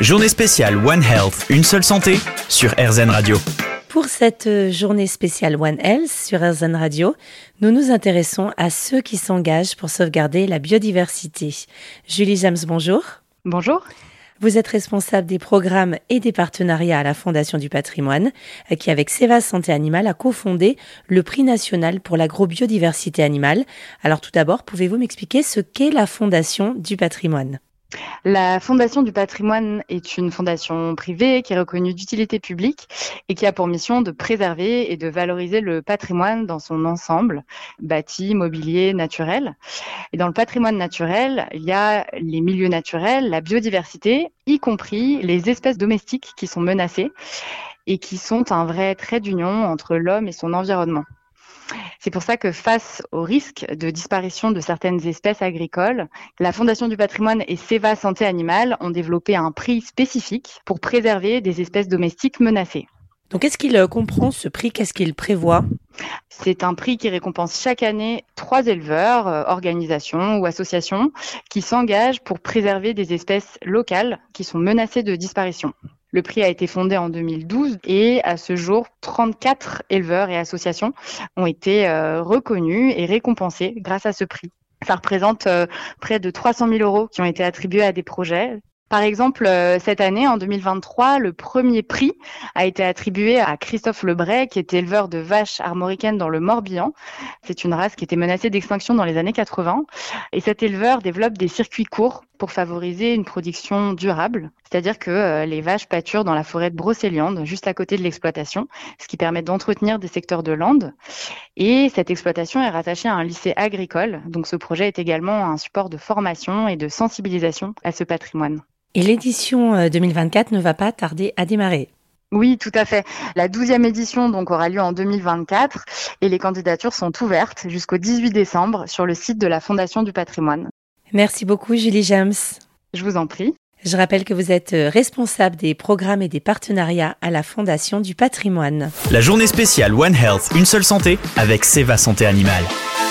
Journée spéciale One Health, une seule santé sur RZN Radio. Pour cette journée spéciale One Health sur RZN Radio, nous nous intéressons à ceux qui s'engagent pour sauvegarder la biodiversité. Julie James, bonjour. Bonjour. Vous êtes responsable des programmes et des partenariats à la Fondation du patrimoine, qui avec Seva Santé Animale a cofondé le prix national pour l'agrobiodiversité animale. Alors tout d'abord, pouvez-vous m'expliquer ce qu'est la Fondation du patrimoine ? La Fondation du patrimoine est une fondation privée qui est reconnue d'utilité publique et qui a pour mission de préserver et de valoriser le patrimoine dans son ensemble, bâti, mobilier, naturel. Et dans le patrimoine naturel, il y a les milieux naturels, la biodiversité, y compris les espèces domestiques qui sont menacées et qui sont un vrai trait d'union entre l'homme et son environnement. C'est pour ça que face au risque de disparition de certaines espèces agricoles, la Fondation du patrimoine et Seva Santé Animale ont développé un prix spécifique pour préserver des espèces domestiques menacées. Donc qu'est-ce qu'il comprend ce prix ? Qu'est-ce qu'il prévoit ? C'est un prix qui récompense chaque année 3 éleveurs, organisations ou associations qui s'engagent pour préserver des espèces locales qui sont menacées de disparition. Le prix a été fondé en 2012 et à ce jour, 34 éleveurs et associations ont été reconnus et récompensés grâce à ce prix. Ça représente près de 300 000 € qui ont été attribués à des projets. Par exemple, cette année, en 2023, le premier prix a été attribué à Christophe Lebray, qui était éleveur de vaches armoricaines dans le Morbihan. C'est une race qui était menacée d'extinction dans les années 80. Et cet éleveur développe des circuits courts pour favoriser une production durable. C'est-à-dire que les vaches pâturent dans la forêt de Brocéliande, juste à côté de l'exploitation, ce qui permet d'entretenir des secteurs de landes. Et cette exploitation est rattachée à un lycée agricole. Donc ce projet est également un support de formation et de sensibilisation à ce patrimoine. Et l'édition 2024 ne va pas tarder à démarrer. Oui, tout à fait. La 12e édition donc aura lieu en 2024 et les candidatures sont ouvertes jusqu'au 18 décembre sur le site de la Fondation du patrimoine. Merci beaucoup Julie James. Je vous en prie. Je rappelle que vous êtes responsable des programmes et des partenariats à la Fondation du patrimoine. La journée spéciale One Health, une seule santé avec Seva Santé Animale.